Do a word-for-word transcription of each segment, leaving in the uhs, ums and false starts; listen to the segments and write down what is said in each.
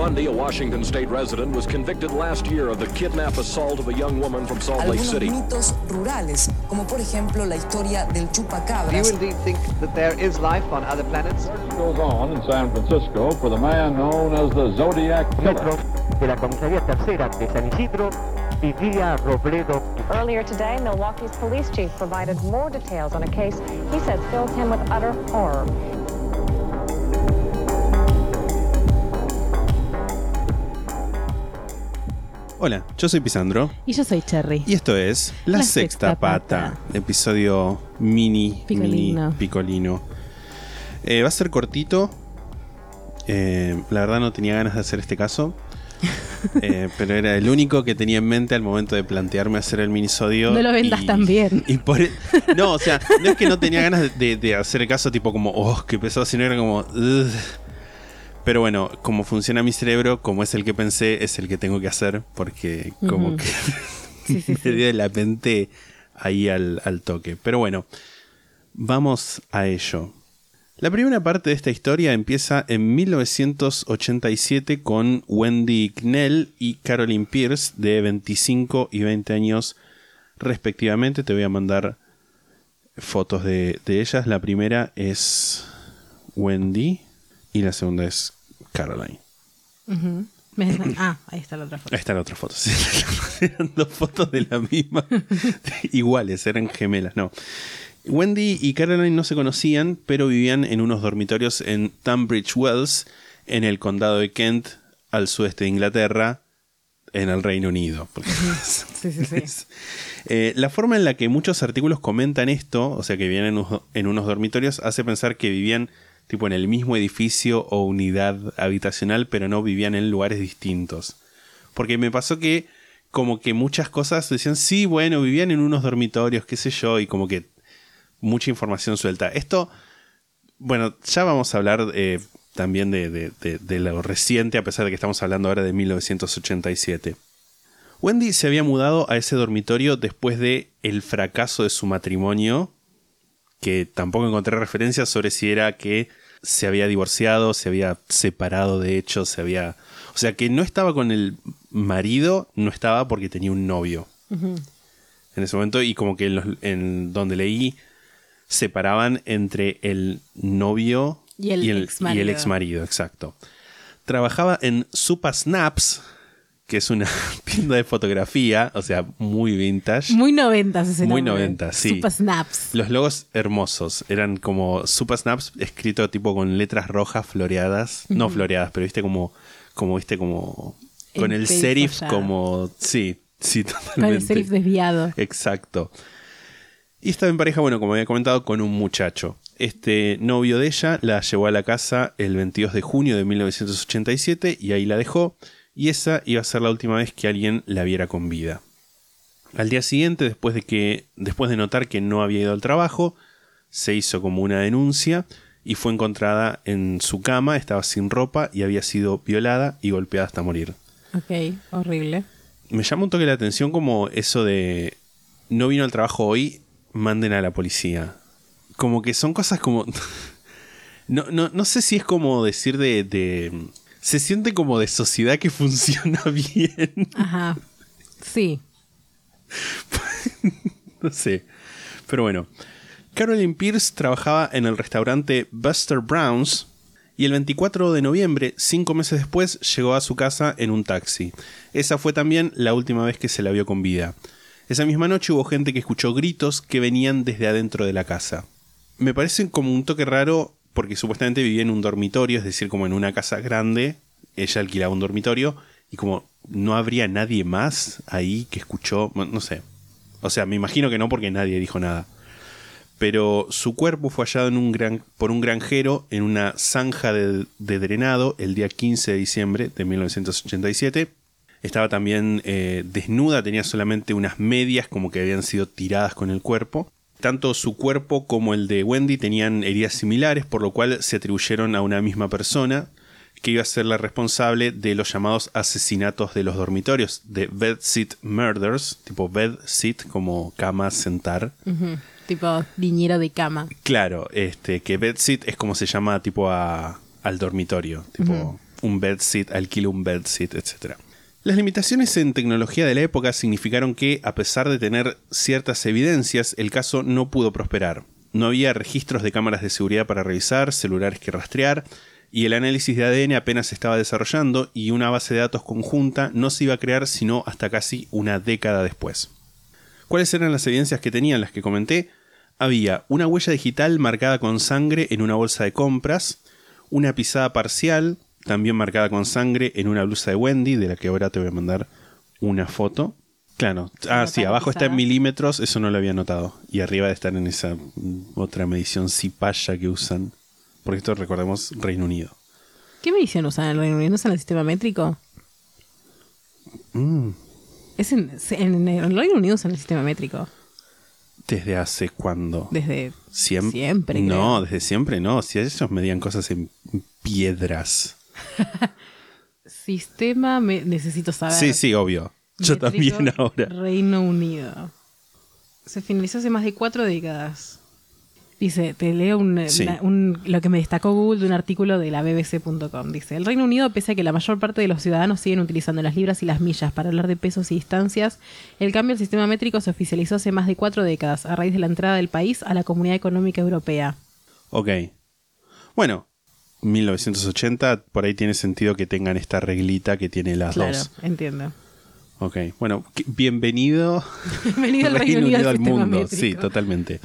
Bundy, a Washington State resident, was convicted last year of the kidnap assault of a young woman from Salt Lake City. Algunos mitos rurales, como por ejemplo la historia del chupacabras. Do you indeed think that there is life on other planets? Search goes on in San Francisco for the man known as the Zodiac Killer. De la comisaría tercera de San Isidro, vivía Robledo. Earlier today, Milwaukee's police chief provided more details on a case he said filled him with utter horror. Hola, yo soy Pisandro. Y yo soy Cherry. Y esto es La, La Sexta, Sexta Pata, Pata. episodio mini, Picolino. mini, picolino. Eh, va a ser cortito. Eh, la verdad no tenía ganas de hacer este caso. Eh, pero era el único que tenía en mente al momento de plantearme hacer el minisodio. No lo vendas y, tan bien. Y por, no, o sea, no es que no tenía ganas de, de hacer el caso tipo como, oh, qué pesado, sino era como... Ugh. Pero bueno, como funciona mi cerebro, como es el que pensé, es el que tengo que hacer, porque como Uh-huh. que Sí, sí, me sí. dio la mente ahí al, al toque. Pero bueno, vamos a ello. La primera parte de esta historia empieza en mil novecientos ochenta y siete con Wendy Knell y Carolyn Pierce, de veinticinco y veinte años respectivamente. Te voy a mandar fotos de, de ellas. La primera es Wendy y la segunda es Caroline. Uh-huh. Me- Ah, ahí está la otra foto. Ahí está la otra foto. Sí, eran dos fotos de la misma. Iguales, eran gemelas, no. Wendy y Caroline no se conocían, pero vivían en unos dormitorios en Tunbridge Wells, en el condado de Kent, al sudeste de Inglaterra, en el Reino Unido. Porque Sí, sí, sí. es- eh, la forma en la que muchos artículos comentan esto, o sea que vivían en unos, en unos dormitorios, hace pensar que vivían tipo en el mismo edificio o unidad habitacional, pero no vivían en lugares distintos. Porque me pasó que como que muchas cosas decían, sí, bueno, vivían en unos dormitorios, qué sé yo, y como que mucha información suelta. Esto, bueno, ya vamos a hablar eh, también de, de, de, de lo reciente, a pesar de que estamos hablando ahora de mil novecientos ochenta y siete. Wendy se había mudado a ese dormitorio después de el fracaso de su matrimonio, que tampoco encontré referencias sobre si era que se había divorciado, se había separado de hecho, se había... O sea, que no estaba con el marido, no estaba porque tenía un novio. Uh-huh. En ese momento, y como que en, los, en donde leí, separaban entre el novio Y el exmarido. y el exmarido, exacto. Trabajaba en Supa Snaps, que es una tienda de fotografía, o sea, muy vintage. Muy noventas ese Muy nombre. noventas, sí. Super Snaps. Los logos hermosos. Eran como Supa Snaps escrito tipo con letras rojas floreadas. No floreadas, pero viste como, como viste como con el Empezado serif ya. como... Sí, sí, totalmente. Con el serif desviado. Exacto. Y estaba en pareja, bueno, como había comentado, con un muchacho. Este novio de ella la llevó a la casa el veintidós de junio de mil novecientos ochenta y siete y ahí la dejó. Y esa iba a ser la última vez que alguien la viera con vida. Al día siguiente, después de que, después de notar que no había ido al trabajo, se hizo como una denuncia y fue encontrada en su cama, estaba sin ropa y había sido violada y golpeada hasta morir. Ok, horrible. Me llama un toque la atención como eso de no vino al trabajo hoy, manden a la policía. Como que son cosas como... no, no, no sé si es como decir de... de se siente como de sociedad que funciona bien. Ajá. Sí. No sé. Pero bueno. Carolyn Pierce trabajaba en el restaurante Buster Brown's y el veinticuatro de noviembre, cinco meses después, llegó a su casa en un taxi. Esa fue también la última vez que se la vio con vida. Esa misma noche hubo gente que escuchó gritos que venían desde adentro de la casa. Me parece como un toque raro porque supuestamente vivía en un dormitorio, es decir, como en una casa grande. Ella alquilaba un dormitorio y como no habría nadie más ahí que escuchó, no sé. O sea, me imagino que no porque nadie dijo nada. Pero su cuerpo fue hallado en un gran, por un granjero en una zanja de, de drenado el día quince de diciembre de mil novecientos ochenta y siete. Estaba también eh, desnuda, tenía solamente unas medias como que habían sido tiradas con el cuerpo. Tanto su cuerpo como el de Wendy tenían heridas similares, por lo cual se atribuyeron a una misma persona que iba a ser la responsable de los llamados asesinatos de los dormitorios, de bedsit murders, tipo bedsit como cama, sentar. Uh-huh. Tipo niñera de cama. Claro, este, que bedsit es como se llama tipo a, al dormitorio, tipo Uh-huh. un bedsit, alquile un bedsit, etcétera. Las limitaciones en tecnología de la época significaron que, a pesar de tener ciertas evidencias, el caso no pudo prosperar. No había registros de cámaras de seguridad para revisar, celulares que rastrear, y el análisis de A D N apenas se estaba desarrollando y una base de datos conjunta no se iba a crear sino hasta casi una década después. ¿Cuáles eran las evidencias que tenían las que comenté? Había una huella digital marcada con sangre en una bolsa de compras, una pisada parcial, también marcada con sangre en una blusa de Wendy, de la que ahora te voy a mandar una foto. Claro, ah, sí, abajo está en milímetros, eso no lo había notado. Y arriba de estar en esa otra medición cipaya que usan. Porque esto, recordemos, Reino Unido. ¿Qué medición usan en el Reino Unido? ¿No usan el sistema métrico? Mm. Es en, en el Reino Unido usan el sistema métrico. ¿Desde hace cuándo? Desde Siem- siempre. No, creo. desde siempre no. Si ellos medían cosas en piedras. Sistema, me, necesito saber. Sí, sí, obvio. Yo Métrico, también ahora. Reino Unido. Se finalizó hace más de cuatro décadas. Dice, te leo un, Sí. una- un- lo que me destacó Google de un artículo de la B B C punto com. Dice, el Reino Unido, pese a que la mayor parte de los ciudadanos siguen utilizando las libras y las millas para hablar de pesos y distancias, el cambio al sistema métrico se oficializó hace más de cuatro décadas, a raíz de la entrada del país a la Comunidad Económica Europea. Ok. Bueno, mil novecientos ochenta, por ahí tiene sentido que tengan esta reglita que tiene las Claro, dos. entiendo. Ok, bueno, que- bienvenido, Bienvenido al Reino Unido al al sistema mundo. métrico. Sí, totalmente.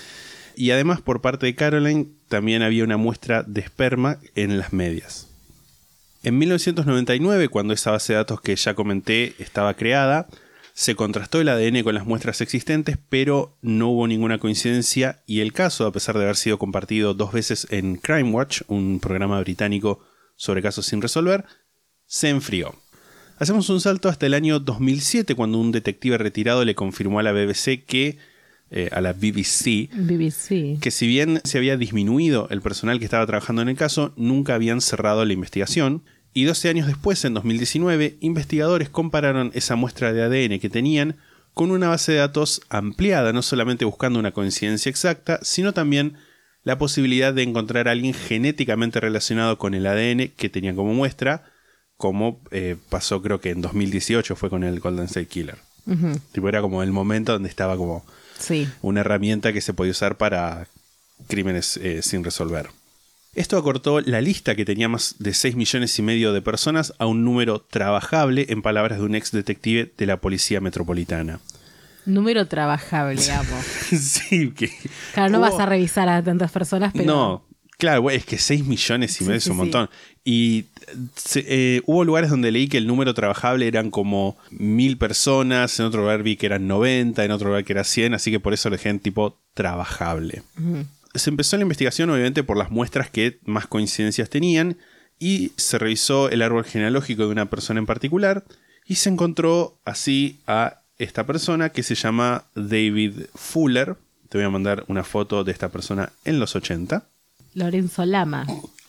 Y además, por parte de Caroline, también había una muestra de esperma en las medias. En mil novecientos noventa y nueve, cuando esa base de datos que ya comenté estaba creada, se contrastó el A D N con las muestras existentes, pero no hubo ninguna coincidencia y el caso, a pesar de haber sido compartido dos veces en Crime Watch, un programa británico sobre casos sin resolver, se enfrió. Hacemos un salto hasta el año dos mil siete, cuando un detective retirado le confirmó a la B B C que, eh, a la B B C, B B C. que si bien se había disminuido el personal que estaba trabajando en el caso, nunca habían cerrado la investigación. Y doce años después, en dos mil diecinueve, investigadores compararon esa muestra de A D N que tenían con una base de datos ampliada, no solamente buscando una coincidencia exacta, sino también la posibilidad de encontrar a alguien genéticamente relacionado con el A D N que tenían como muestra, como eh, pasó creo que en dos mil dieciocho fue con el Golden State Killer. Ujú. Tipo, era como el momento donde estaba como Sí. una herramienta que se podía usar para crímenes eh, sin resolver. Esto acortó la lista, que tenía más de seis millones y medio de personas, a un número trabajable, en palabras de un ex detective de la Policía Metropolitana. Número trabajable, amo. Sí, que... Claro, no hubo- vas a revisar a tantas personas, pero... No, claro, güey, es que seis millones y medio Sí, es un sí, montón. Y se- eh, hubo lugares donde leí que el número trabajable eran como mil personas, en otro lugar vi que eran noventa, en otro lugar que era cien, así que por eso lo dejé en tipo trabajable. Ujú. Se empezó la investigación obviamente por las muestras que más coincidencias tenían y se revisó el árbol genealógico de una persona en particular y se encontró así a esta persona que se llama David Fuller. Te voy a mandar una foto de esta persona en los ochenta. Lorenzo Lama.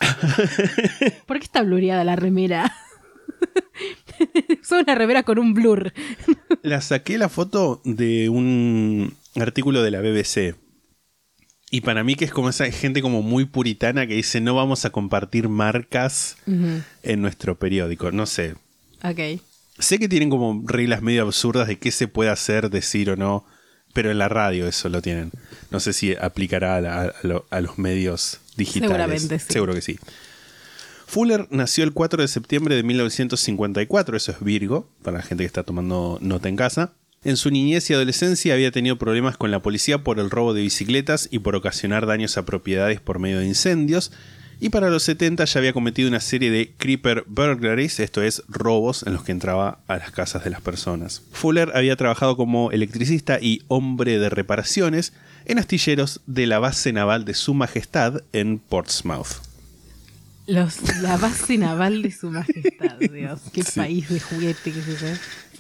¿Por qué está blureada la remera? Son una remera con un blur. La saqué la foto de un artículo de la B B C. Y para mí que es como esa gente como muy puritana que dice no vamos a compartir marcas Ujú. en nuestro periódico. No sé. Ok. Sé que tienen como reglas medio absurdas de qué se puede hacer, decir o no. Pero en la radio eso lo tienen. No sé si aplicará a, la- a lo- a los medios digitales. Seguramente sí. Seguro que sí. Fuller nació el cuatro de septiembre de mil novecientos cincuenta y cuatro. Eso es Virgo, para la gente que está tomando nota en casa. En su niñez y adolescencia había tenido problemas con la policía por el robo de bicicletas y por ocasionar daños a propiedades por medio de incendios. Y para los setenta ya había cometido una serie de creeper burglaries, esto es, robos en los que entraba a las casas de las personas. Fuller había trabajado como electricista y hombre de reparaciones en astilleros de la base naval de Su Majestad en Portsmouth. Los, la base naval de su majestad, Dios. Qué Sí. país de juguete que es ese.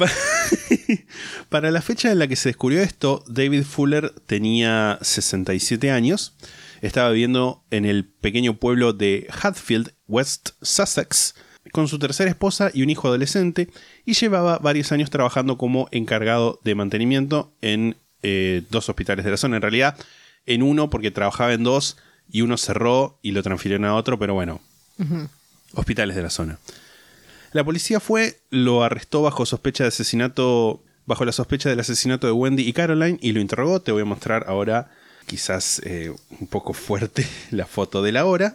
Para la fecha en la que se descubrió esto, David Fuller tenía sesenta y siete años, estaba viviendo en el pequeño pueblo de Hatfield, West Sussex, con su tercera esposa y un hijo adolescente, y llevaba varios años trabajando como encargado de mantenimiento en eh, dos hospitales de la zona. En realidad, en uno porque trabajaba en dos y uno cerró y lo transfirieron a otro, pero bueno, Ujú. hospitales de la zona. La policía fue, lo arrestó bajo sospecha de asesinato, bajo la sospecha del asesinato de Wendy y Caroline y lo interrogó. Te voy a mostrar ahora, quizás eh, un poco fuerte, la foto de la hora.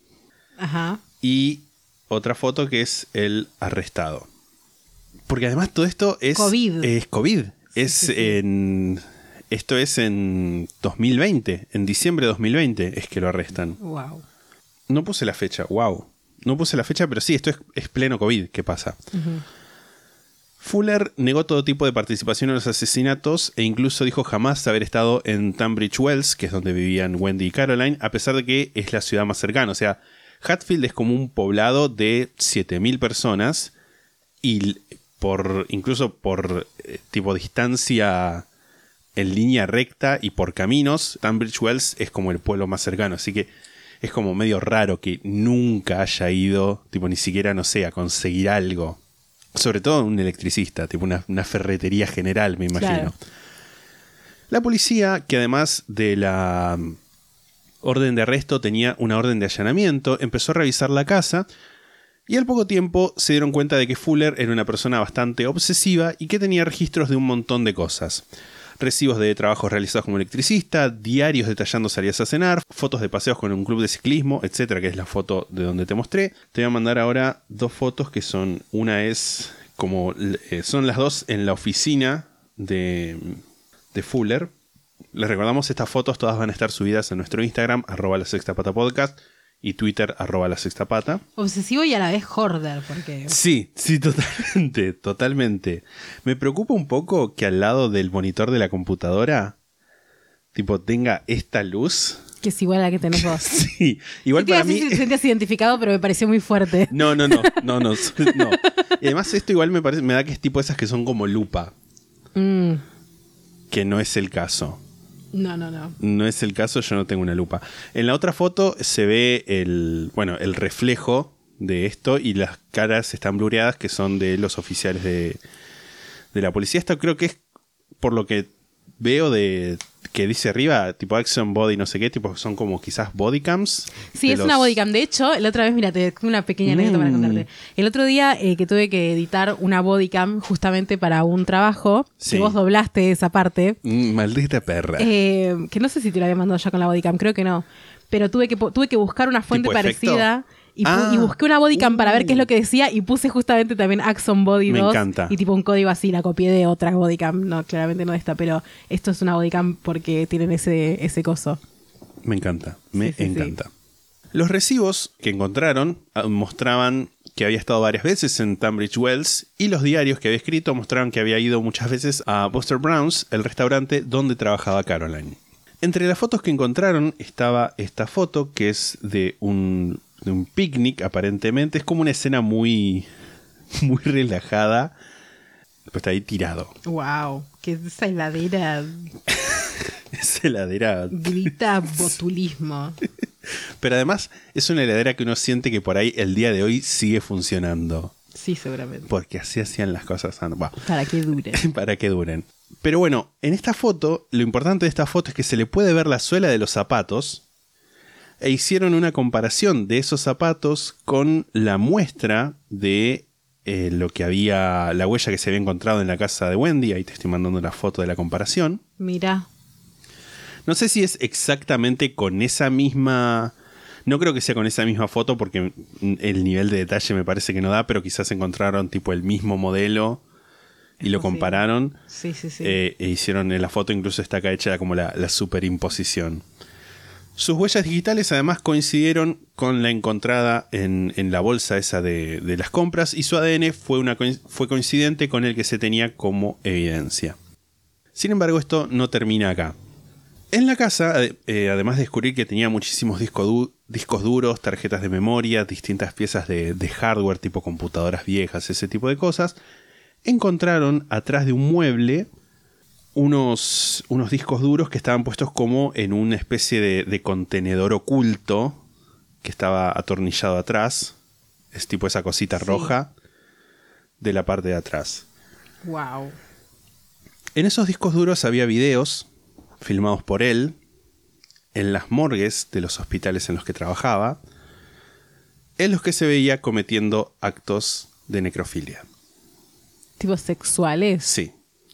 Ajá. Y otra foto que es el arrestado. Porque además todo esto es COVID. Es COVID. Sí, es sí, sí. en esto es en dos mil veinte, en diciembre de dos mil veinte es que lo arrestan. Wow. No puse la fecha, wow. No puse la fecha, pero sí, esto es, es pleno COVID. ¿Qué pasa? Uh-huh. Fuller negó todo tipo de participación en los asesinatos e incluso dijo jamás haber estado en Tunbridge Wells, que es donde vivían Wendy y Caroline, a pesar de que es la ciudad más cercana. O sea, Hatfield es como un poblado de siete mil personas y por incluso por eh, tipo distancia en línea recta y por caminos, Tunbridge Wells es como el pueblo más cercano. Así que es como medio raro que nunca haya ido, tipo ni siquiera, no sé, a conseguir algo. Sobre todo un electricista, tipo una, una ferretería general, me imagino. Claro. La policía, que además de la um, orden de arresto tenía una orden de allanamiento, empezó a revisar la casa y al poco tiempo se dieron cuenta de que Fuller era una persona bastante obsesiva y que tenía registros de un montón de cosas. Recibos de trabajos realizados como electricista, diarios detallando salidas a cenar, fotos de paseos con un club de ciclismo, etcétera, que es la foto de donde te mostré. Te voy a mandar ahora dos fotos que son, una es como, eh, son las dos en la oficina de, de Fuller. Les recordamos, estas fotos todas van a estar subidas en nuestro Instagram, arroba la sexta pata podcast, y Twitter, arroba la sexta pata. Obsesivo y a la vez hoarder, porque... Sí, sí, totalmente, totalmente. Me preocupa un poco que al lado del monitor de la computadora, tipo, tenga esta luz. Que es igual a la que tenés vos. Sí, igual Yo te iba para a decir mí... si te sentías identificado, pero me pareció muy fuerte. No, no, no, no, no, no. Y además esto igual me parece, me da que es tipo esas que son como lupa. Mm. Que no es el caso. No, no, no. No es el caso, yo no tengo una lupa. En la otra foto se ve el, bueno, el reflejo de esto y las caras están blureadas, que son de los oficiales de, de la policía. Esto creo que es, por lo que veo de que dice arriba, tipo action body, no sé qué, tipo son como quizás bodycams. Sí, es los... una bodycam. De hecho, la otra vez, mira, te una pequeña anécdota mm. para contarte. El otro día eh, que tuve que editar una bodycam justamente para un trabajo, sí. que vos doblaste esa parte. Mm, maldita perra. Eh, que no sé si te la había mandado ya con la bodycam, creo que no. Pero tuve que, tuve que buscar una fuente parecida. Y, ah, y busqué una bodycam uh, para ver qué es lo que decía y puse justamente también Axon Body me dos. Encanta. Y tipo un código así, la copié de otra bodycam. No, claramente no de esta, pero esto es una bodycam porque tienen ese, ese coso. Me encanta, me sí, sí, encanta. Sí. Los recibos que encontraron mostraban que había estado varias veces en Tunbridge Wells y los diarios que había escrito mostraban que había ido muchas veces a Buster Brown's, el restaurante donde trabajaba Caroline. Entre las fotos que encontraron estaba esta foto que es de un... de un picnic, aparentemente. Es como una escena muy muy relajada. Pues está ahí tirado. Wow, que esa heladera. Esa heladera grita botulismo. Pero además es una heladera que uno siente que por ahí el día de hoy sigue funcionando. Sí, seguramente. Porque así hacían las cosas. Bueno, para que duren. Para que duren. Pero bueno, en esta foto, lo importante de esta foto es que se le puede ver la suela de los zapatos. E hicieron una comparación de esos zapatos con la muestra de eh, lo que había, la huella que se había encontrado en la casa de Wendy. Ahí te estoy mandando la foto de la comparación. Mirá. No sé si es exactamente con esa misma... No creo que sea con esa misma foto porque el nivel de detalle me parece que no da, pero quizás encontraron tipo el mismo modelo y lo compararon. Sí, sí, sí. Eh, e hicieron en la foto, incluso está acá hecha como la, la superimposición. Sus huellas digitales además coincidieron con la encontrada en, en la bolsa esa de, de las compras y su A D N fue, una, fue coincidente con el que se tenía como evidencia. Sin embargo, esto no termina acá. En la casa, eh, además de descubrir que tenía muchísimos discos, du discos duros, tarjetas de memoria, distintas piezas de, de hardware tipo computadoras viejas, ese tipo de cosas, encontraron atrás de un mueble Unos, unos discos duros que estaban puestos como en una especie de, de contenedor oculto que estaba atornillado atrás. Es tipo esa cosita sí. roja de la parte de atrás. Wow. En esos discos duros había videos filmados por él en las morgues de los hospitales en los que trabajaba. en los que se veía cometiendo actos de necrofilia. ¿Tipo sexuales? Sí.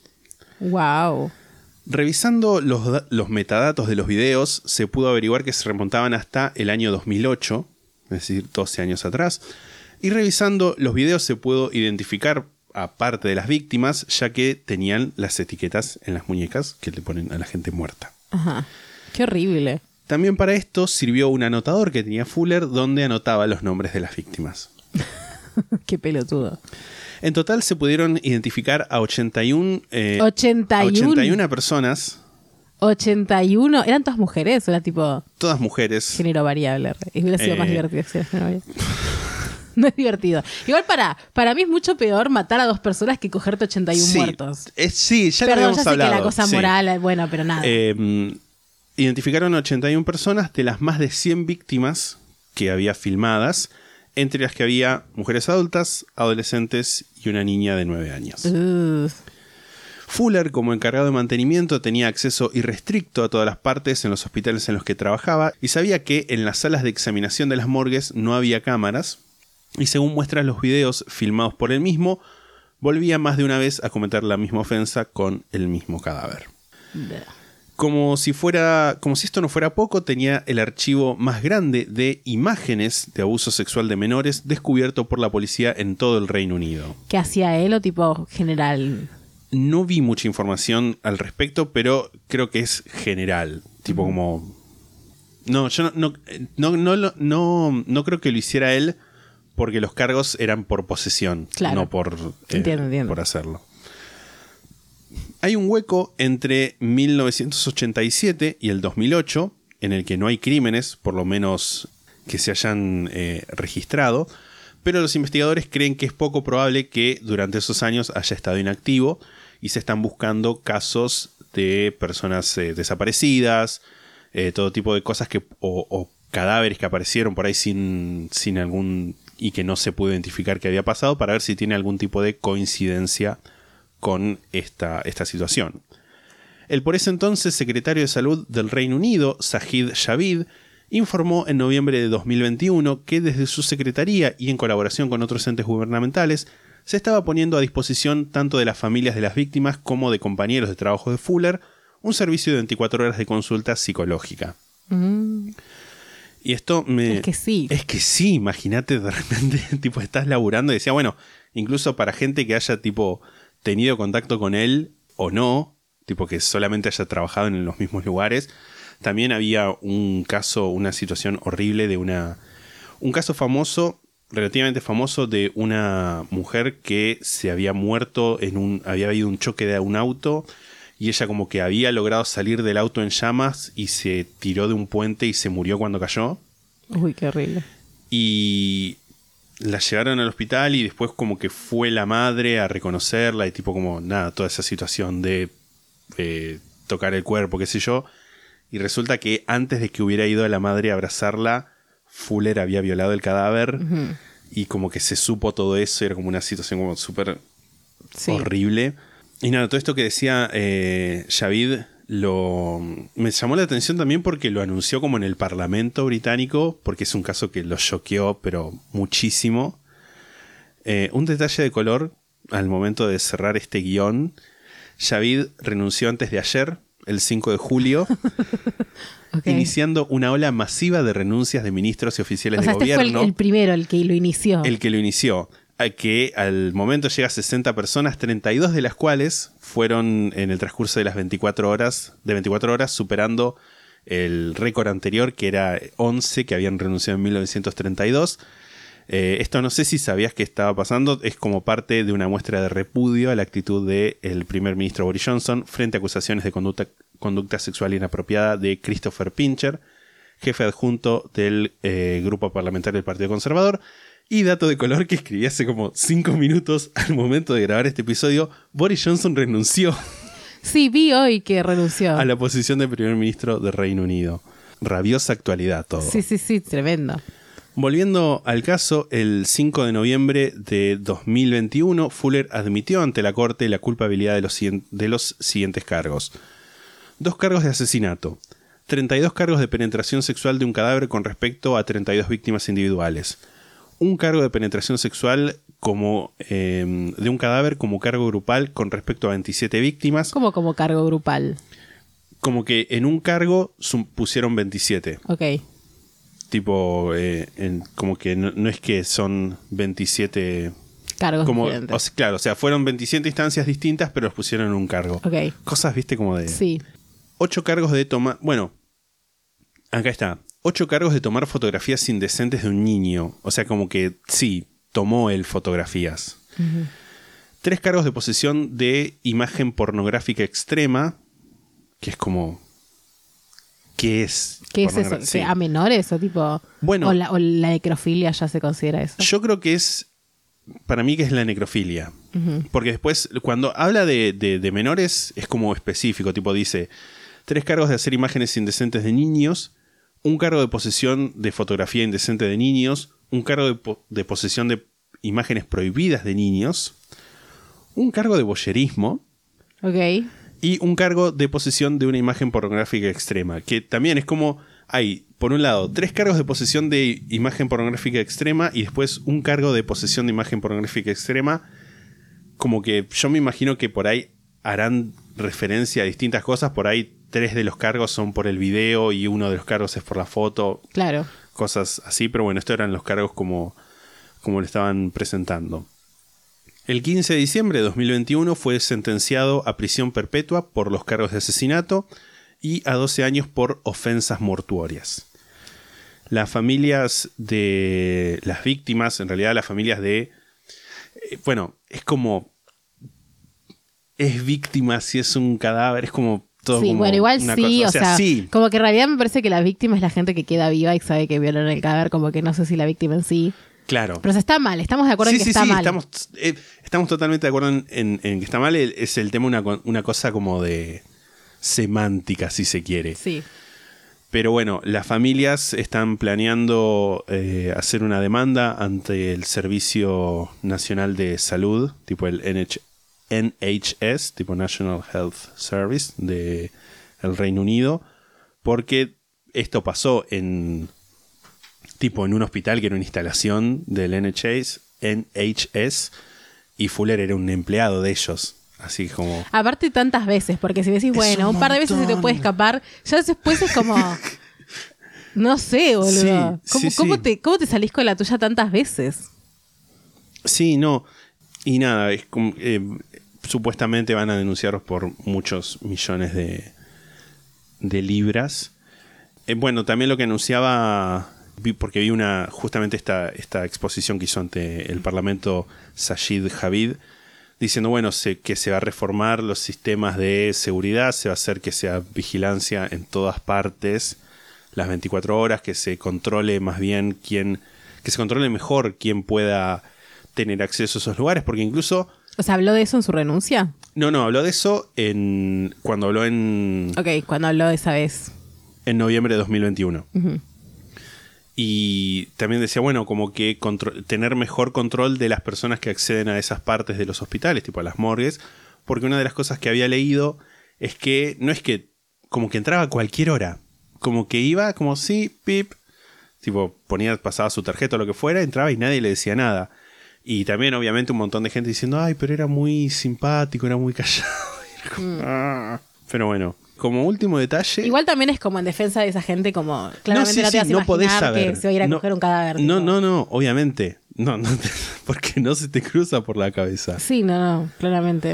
Wow. Revisando los, los metadatos de los videos, se pudo averiguar que se remontaban hasta el año dos mil ocho, es decir, doce años atrás. Y revisando los videos se pudo identificar a parte de las víctimas, ya que tenían las etiquetas en las muñecas que le ponen a la gente muerta. Ajá. Qué horrible. También para esto sirvió un anotador que tenía Fuller donde anotaba los nombres de las víctimas. Qué pelotudo. En total se pudieron identificar a ochenta y uno, eh, ochenta y uno. a ochenta y una personas. ochenta y uno. ¿Eran todas mujeres o era tipo Todas mujeres. género variable? Hubiera sido Eh. más divertido si era género variable. No es divertido. Igual para, para mí es mucho peor matar a dos personas que cogerte ochenta y uno Sí, muertos. es- sí, ya lo Perdón, habíamos ya sé hablado. que la cosa sí. moral, bueno, pero nada. Eh, identificaron ochenta y una personas de las más de cien víctimas que había filmadas, entre las que había mujeres adultas, adolescentes y una niña de nueve años. Ugh. Fuller, como encargado de mantenimiento, tenía acceso irrestricto a todas las partes en los hospitales en los que trabajaba y sabía que en las salas de examinación de las morgues no había cámaras y, según muestran los videos filmados por él mismo, volvía más de una vez a cometer la misma ofensa con el mismo cadáver. Bleh. Como si fuera, como si esto no fuera poco, tenía el archivo más grande de imágenes de abuso sexual de menores descubierto por la policía en todo el Reino Unido. ¿Qué hacía él o tipo general? No vi mucha información al respecto, pero creo que es general. Tipo como... No, yo no, no, no, no, lo- no, no creo que lo hiciera él porque los cargos eran por posesión, Claro. no por, eh, Entiendo, entiendo. por hacerlo. Hay un hueco entre mil novecientos ochenta y siete y el dos mil ocho en el que no hay crímenes, por lo menos que se hayan eh, registrado, pero los investigadores creen que es poco probable que durante esos años haya estado inactivo y se están buscando casos de personas eh, desaparecidas, eh, todo tipo de cosas que o, o cadáveres que aparecieron por ahí sin, sin algún y que no se pudo identificar qué había pasado para ver si tiene algún tipo de coincidencia con esta, esta situación. El por ese entonces secretario de Salud del Reino Unido, Sajid Javid, informó en noviembre de dos mil veintiuno que desde su secretaría y en colaboración con otros entes gubernamentales se estaba poniendo a disposición tanto de las familias de las víctimas como de compañeros de trabajo de Fuller un servicio de veinticuatro horas de consulta psicológica. Mm. Y esto me... Es que sí. Es que sí, imagínate de repente, tipo, estás laburando y decía, bueno, incluso para gente que haya, tipo, tenido contacto con él o no, tipo que solamente haya trabajado en los mismos lugares. También había un caso, una situación horrible de una... Un caso famoso, relativamente famoso, de una mujer que se había muerto en un... Había habido un choque de un auto y ella como que había logrado salir del auto en llamas y se tiró de un puente y se murió cuando cayó. Uy, qué horrible. Y la llevaron al hospital y después como que fue la madre a reconocerla y tipo como nada, toda esa situación de eh, tocar el cuerpo, qué sé yo. Y resulta que antes de que hubiera ido a la madre a abrazarla, Fuller había violado el cadáver. Ujú. Y como que se supo todo eso, era como una situación como súper Sí. horrible. Y nada, todo esto que decía eh, Javid lo, me llamó la atención también porque lo anunció como en el Parlamento británico, porque es un caso que lo choqueó, pero muchísimo. Eh, un detalle de color, al momento de cerrar este guión, Javid renunció antes de ayer, el cinco de julio, Ok. iniciando una ola masiva de renuncias de ministros y oficiales O sea, de este gobierno. fue el, el primero, el que lo inició. El que lo inició, a que al momento llega a sesenta personas, treinta y dos de las cuales fueron en el transcurso de las veinticuatro horas, de veinticuatro horas, superando el récord anterior, que era once, que habían renunciado en mil novecientos treinta y dos. Eh, esto no sé si sabías que estaba pasando, es como parte de una muestra de repudio a la actitud del primer ministro Boris Johnson frente a acusaciones de conducta, conducta sexual inapropiada de Christopher Pincher, jefe adjunto del eh, grupo parlamentario del Partido Conservador. Y dato de color que escribí hace como cinco minutos al momento de grabar este episodio, Boris Johnson renunció Sí, vi hoy que renunció. a la posición de primer ministro de Reino Unido. Rabiosa actualidad todo. Sí, sí, sí, tremendo. Volviendo al caso, el cinco de noviembre de dos mil veintiuno, Fuller admitió ante la corte la culpabilidad de los, de los siguientes cargos. Dos cargos de asesinato, treinta y dos cargos de penetración sexual de un cadáver con respecto a treinta y dos víctimas individuales, un cargo de penetración sexual como eh, de un cadáver como cargo grupal con respecto a veintisiete víctimas. ¿Cómo como cargo grupal? Como que en un cargo sum- pusieron veintisiete. Ok. Tipo, eh, en, como que no, no es que son veintisiete... Cargos como, diferentes. o sea, claro, o sea, fueron veintisiete instancias distintas, pero los pusieron en un cargo. Ok. Cosas, viste, como de... Sí. Ocho cargos de tomar... Bueno, acá está. Ocho cargos de tomar fotografías indecentes de un niño. O sea, como que sí, tomó él fotografías. Uh-huh. Tres cargos de posesión de imagen pornográfica extrema, que es como... ¿Qué es? ¿Qué es eso? pornogra- sí. ¿A menores o tipo...? Bueno. O la, o la necrofilia ya se considera eso. Yo creo que es... Para mí que es la necrofilia. Uh-huh. Porque después, cuando habla de, de, de menores, es como específico. Tipo dice, tres cargos de hacer imágenes indecentes de niños, un cargo de posesión de fotografía indecente de niños, un cargo de, po- de posesión de imágenes prohibidas de niños, un cargo de voyerismo Ok. y un cargo de posesión de una imagen pornográfica extrema. Que también es como... Hay, por un lado, tres cargos de posesión de imagen pornográfica extrema y después un cargo de posesión de imagen pornográfica extrema. Como que yo me imagino que por ahí harán referencia a distintas cosas. Por ahí tres de los cargos son por el video y uno de los cargos es por la foto. Claro. Cosas así, pero bueno, estos eran los cargos como, como lo estaban presentando. El quince de diciembre de dos mil veintiuno fue sentenciado a prisión perpetua por los cargos de asesinato y a doce años por ofensas mortuorias. Las familias de las víctimas, en realidad las familias de... eh, bueno, es como... Es víctima si es un cadáver, es como todo Sí, como bueno, igual una sí, cosa- o sea, sí, como que en realidad me parece que la víctima es la gente que queda viva y sabe que violaron el cadáver, como que no sé si la víctima en sí. claro. Pero o sea, está mal, estamos de acuerdo Sí, en que sí, está sí, mal. Estamos, eh, estamos totalmente de acuerdo en, en- en que está mal. El- Es el tema una, co- una cosa como de semántica, si se quiere. Sí. Pero bueno, las familias están planeando eh, hacer una demanda ante el Servicio Nacional de Salud, tipo el N H N H S, tipo National Health Service de el Reino Unido, porque esto pasó en tipo en un hospital que era una instalación del N H S, N H S, y Fuller era un empleado de ellos. Así como... Aparte tantas veces, porque si decís, bueno, un un par de veces se te montón. puede escapar, ya después es como... No sé, boludo. Sí, ¿Cómo, sí, cómo sí. Te, ¿Cómo te salís con la tuya tantas veces? Sí, no. Y nada, es como, eh, supuestamente van a denunciarlos por muchos millones de, de libras. Eh, bueno, también lo que anunciaba, vi, porque vi una justamente esta, esta exposición que hizo ante el Parlamento Sajid Javid, diciendo, bueno, se, que se va a reformar los sistemas de seguridad, se va a hacer que sea vigilancia en todas partes, las veinticuatro horas, que se controle más bien quién, que se controle mejor quién pueda tener acceso a esos lugares, porque incluso... O sea, ¿habló de eso en su renuncia? No, no, habló de eso en cuando habló en, Ok, cuando habló de esa vez. en noviembre de dos mil veintiuno. Ujú. Y también decía, bueno, como que contro- tener mejor control de las personas que acceden a esas partes de los hospitales, tipo a las morgues, porque una de las cosas que había leído es que no es que como que entraba a cualquier hora, como que iba como sí, pip, tipo ponía, pasaba su tarjeta o lo que fuera, entraba y nadie le decía nada. Y también obviamente un montón de gente diciendo, ay, pero era muy simpático, era muy callado. Era como, "Ah". Pero bueno, como último detalle... Igual también es como en defensa de esa gente, como claramente sí, no, te sí, vas a no podés imaginar saber. que se va a ir a No, coger un cadáver. No, tipo. no, no, obviamente. No, no, porque no se te cruza por la cabeza. Sí, no, no, claramente.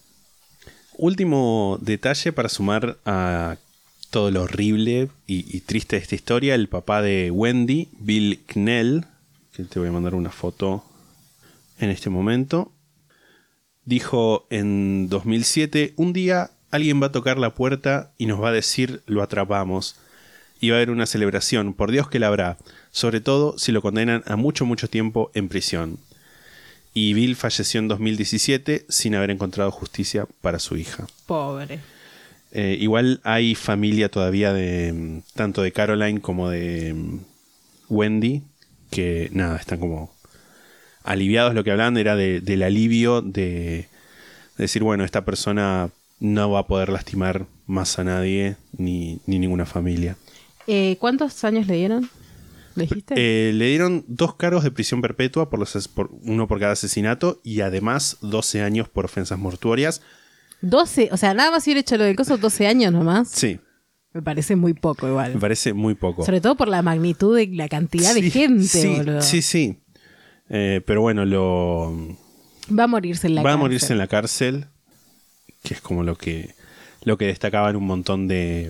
Último detalle para sumar a todo lo horrible y, y triste de esta historia. El papá de Wendy, Bill Knell, que te voy a mandar una foto en este momento, dijo en dos mil siete, un día alguien va a tocar la puerta y nos va a decir lo atrapamos. Y va a haber una celebración, por Dios que la habrá, sobre todo si lo condenan a mucho, mucho tiempo en prisión. Y Bill falleció en dos mil diecisiete sin haber encontrado justicia para su hija. Pobre. Eh, igual hay familia todavía de mm, tanto de Caroline como de mm, Wendy, que nada, están como aliviados. Lo que hablaban era de, del alivio de, de decir, bueno, esta persona no va a poder lastimar más a nadie ni, ni ninguna familia. Eh, ¿Cuántos años le dieron? ¿Le dijiste? Eh, le dieron dos cargos de prisión perpetua, por los, as- por, uno por cada asesinato, y además doce años por ofensas mortuorias. doce, o sea, nada más hubiera hecho lo del coso doce años nomás. Sí, Me parece muy poco igual. me parece muy poco. Sobre todo por la magnitud de la cantidad de Sí, gente, sí, boludo. Sí, sí. Eh, pero bueno, lo Va a morirse en la va cárcel. a morirse en la cárcel, que es como lo que lo que destacaban un montón de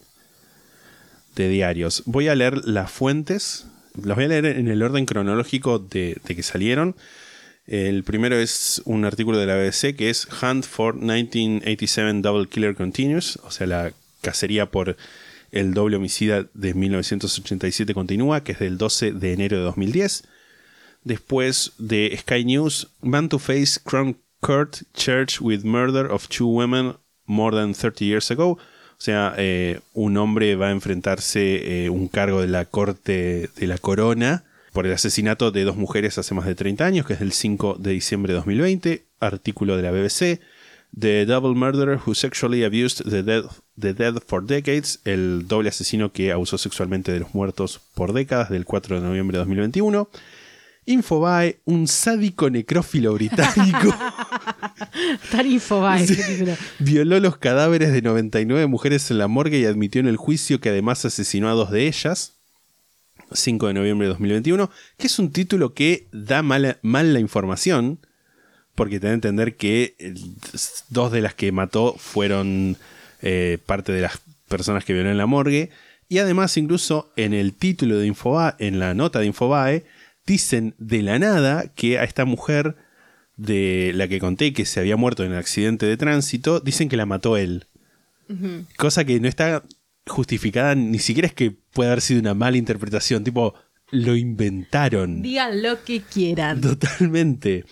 de diarios. Voy a leer las fuentes, las voy a leer en el orden cronológico de, de que salieron. El primero es un artículo de la B B C que es Hunt for nineteen eighty-seven Double Killer Continues, o sea, la cacería por el doble homicida de mil novecientos ochenta y siete continúa, que es del doce de enero de dos mil diez. Después de Sky News, Man to Face Crown Court Charged with Murder of Two Women More Than thirty Years Ago. O sea, eh, un hombre va a enfrentarse eh, un cargo de la corte de la corona por el asesinato de dos mujeres hace más de treinta años, que es del cinco de diciembre de dos mil veinte. Artículo de la B B C. The Double Murderer Who Sexually Abused the Dead, the dead for Decades. El doble asesino que abusó sexualmente de los muertos por décadas, del cuatro de noviembre de dos mil veintiuno. Infobae, un sádico necrófilo británico Tan Infobae. Sí. ese título. violó los cadáveres de noventa y nueve mujeres en la morgue y admitió en el juicio que además asesinó a dos de ellas. cinco de noviembre de dos mil veintiuno, que es un título que da mala, mal la información, porque te da a entender que eh, dos de las que mató fueron eh, parte de las personas que violó en la morgue, y además incluso en el título de Infobae, en la nota de Infobae, dicen de la nada que a esta mujer de la que conté que se había muerto en el accidente de tránsito, dicen que la mató él. Uh-huh. Cosa que no está justificada, ni siquiera es que pueda haber sido una mala interpretación, tipo, lo inventaron. Digan lo que quieran. Totalmente.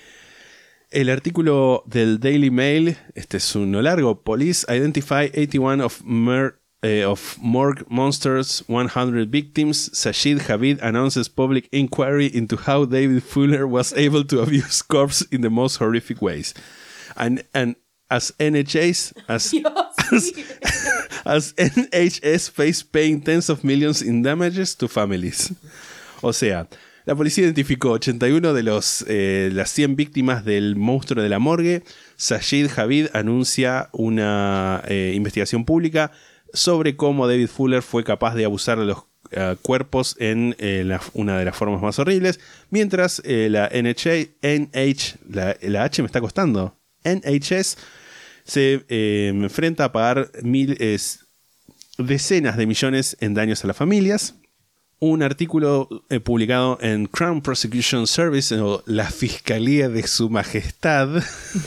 El artículo del Daily Mail, este es uno largo. Police identify eighty-one of, mer, eh, of morgue monsters, one hundred victims. Sajid Javid announces public inquiry into how David Fuller was able to abuse corpse in the most horrific ways. And, and as N H S, as, as, as N H S face paying tens of millions in damages to families. O sea, la policía identificó ochenta y uno de los, eh, las cien víctimas del monstruo de la morgue. Sajid Javid anuncia una eh, investigación pública sobre cómo David Fuller fue capaz de abusar de los uh, cuerpos en eh, la, una de las formas más horribles. Mientras eh, la N H, N H la, la H me está costando, N H S se eh, enfrenta a pagar mil, eh, decenas de millones en daños a las familias. Un artículo eh, publicado en Crown Prosecution Service, o la Fiscalía de Su Majestad.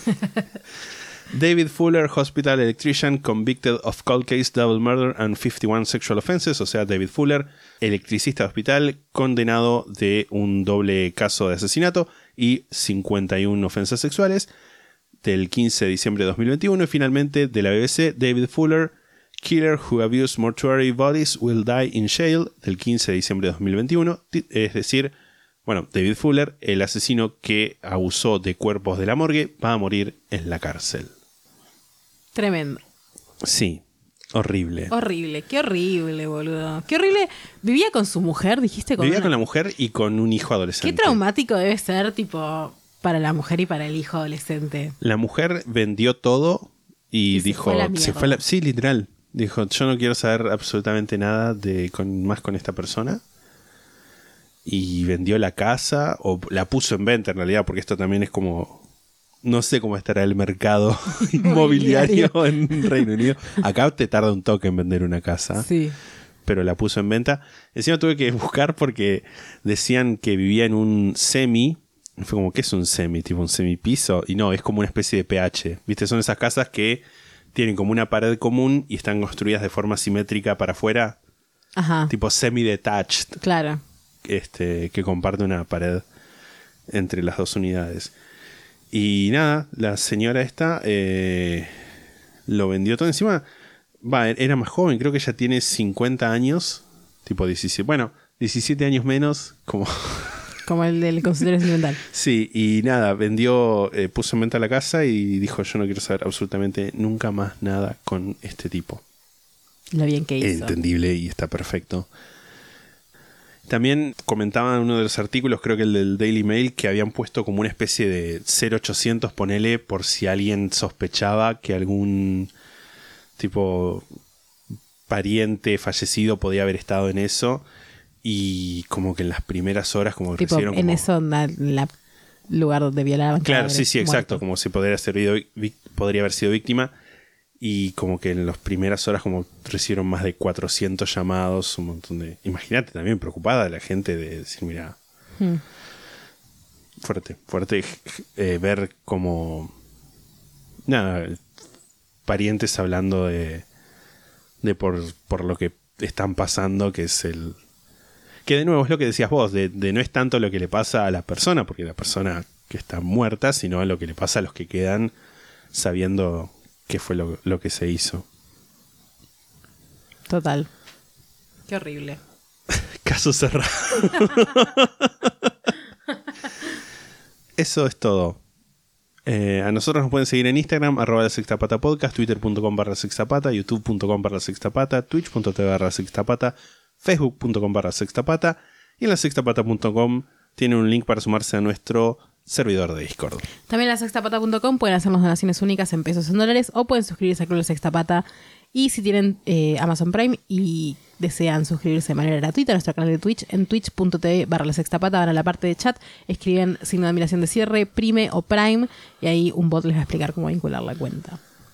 David Fuller, Hospital Electrician, convicted of cold case, double murder and fifty-one sexual offenses. O sea, David Fuller, electricista de hospital, condenado de un doble caso de asesinato y cincuenta y una ofensas sexuales, del quince de diciembre de dos mil veintiuno. Y finalmente, de la B B C, David Fuller, Killer who abused mortuary bodies will die in jail, del quince de diciembre de dos mil veintiuno. Es decir, bueno, David Fuller, el asesino que abusó de cuerpos de la morgue, va a morir en la cárcel. Tremendo. Sí, horrible. Horrible, qué horrible, boludo. Qué horrible. Vivía con su mujer, dijiste. Con Vivía una... con la mujer y con un hijo adolescente. Qué traumático debe ser, tipo, para la mujer y para el hijo adolescente. La mujer vendió todo y, y dijo... Se fue a la se fue a la, sí, literal. Dijo, yo no quiero saber absolutamente nada de con, más con esta persona. Y vendió la casa, o la puso en venta en realidad, porque esto también es como... No sé cómo estará el mercado inmobiliario en Reino Unido. Acá te tarda un toque en vender una casa. Sí. Pero la puso en venta. Encima tuve que buscar porque decían que vivía en un semi. Fue como, ¿qué es un semi? Tipo un semipiso. Y no, es como una especie de P H. ¿Viste? Son esas casas que tienen como una pared común y están construidas de forma simétrica para afuera. Ajá. Tipo semi-detached. Claro. Este, que comparte una pared entre las dos unidades. Y nada, la señora esta eh, lo vendió todo. Encima, va, era más joven, creo que ella tiene cincuenta años. Tipo diecisiete. Bueno, diecisiete años menos, como... Como el del consultorio sentimental. Sí, y nada, vendió, eh, puso en venta la casa y dijo, yo no quiero saber absolutamente nunca más nada con este tipo. Lo bien que hizo. Entendible y está perfecto. También comentaban en uno de los artículos, creo que el del Daily Mail, que habían puesto como una especie de cero ochocientos, ponele, por si alguien sospechaba que algún tipo pariente fallecido podía haber estado en eso. Y como que en las primeras horas como que tipo, recibieron en como... eso, en la lugar donde violaban. Claro, sí, sí, exacto. muertos. Como si podría, ser, vic- podría haber sido víctima. Y como que en las primeras horas como recibieron más de cuatrocientos llamados, un montón de... Imagínate también preocupada la gente de decir, mira... Hmm. Fuerte, fuerte eh, ver como... Nada, parientes hablando de... De por, por lo que están pasando, que es el... Que de nuevo es lo que decías vos, de, de no es tanto lo que le pasa a la persona, porque la persona que está muerta, sino lo que le pasa a los que quedan sabiendo qué fue lo, lo que se hizo. Total. Qué horrible. Caso cerrado. Eso es todo. Eh, a nosotros nos pueden seguir en Instagram, arroba la sextapata podcast, twitter.com barra sextapata, youtube.com barra sextapata, twitch.tv barra sextapata, facebook.com barra sextapata y en la sextapata punto com tienen un link para sumarse a nuestro servidor de Discord. También en la sextapata punto com pueden hacernos donaciones únicas en pesos o en dólares o pueden suscribirse al Club de Sextapata. Y si tienen eh, Amazon Prime y desean suscribirse de manera gratuita a nuestro canal de Twitch, en twitch.tv barra la sextapata van a la parte de chat, escriben signo de admiración de cierre, prime o prime y ahí un bot les va a explicar cómo vincular la cuenta.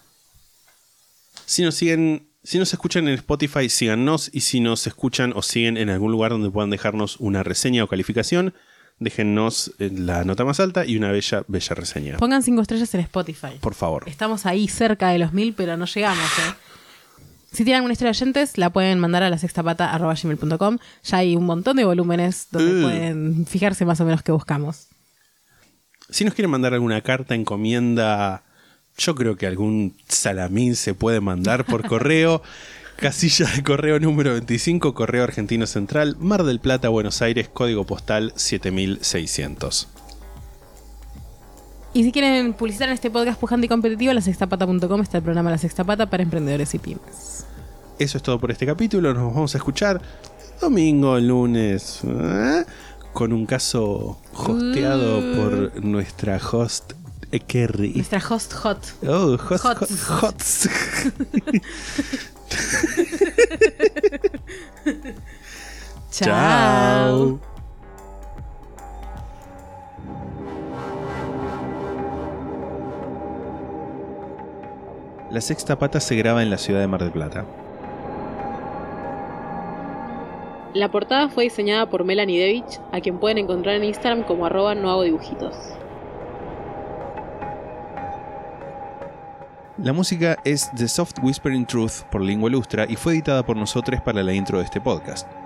Si nos siguen, si nos escuchan en Spotify, síganos, y si nos escuchan o siguen en algún lugar donde puedan dejarnos una reseña o calificación, déjennos la nota más alta y una bella, bella reseña. Pongan cinco estrellas en Spotify. Por favor. Estamos ahí cerca de los mil, pero no llegamos, ¿eh? Si tienen alguna historia de oyentes, la pueden mandar a la sextapata arroba gmail punto com. Ya hay un montón de volúmenes donde uh. pueden fijarse más o menos qué buscamos. Si nos quieren mandar alguna carta, encomienda, yo creo que algún salamín se puede mandar por correo. Casilla de correo número veinticinco, Correo Argentino Central, Mar del Plata, Buenos Aires, código postal siete mil seiscientos. Y si quieren publicitar en este podcast pujante y competitivo, la sextapata punto com está el programa La Sextapata para emprendedores y pymes. Eso es todo por este capítulo. Nos vamos a escuchar domingo, lunes, ¿eh? Con un caso hosteado uh. por nuestra host Kerry. Nuestra host hot. Oh, host hot. hot. hot. Chao. La Sexta Pata se graba en la ciudad de Mar del Plata. La portada fue diseñada por Melanie Devich, a quien pueden encontrar en Instagram como arroba no hago dibujitos. La música es The Soft Whispering Truth por Lingua Lustra y fue editada por nosotros para la intro de este podcast.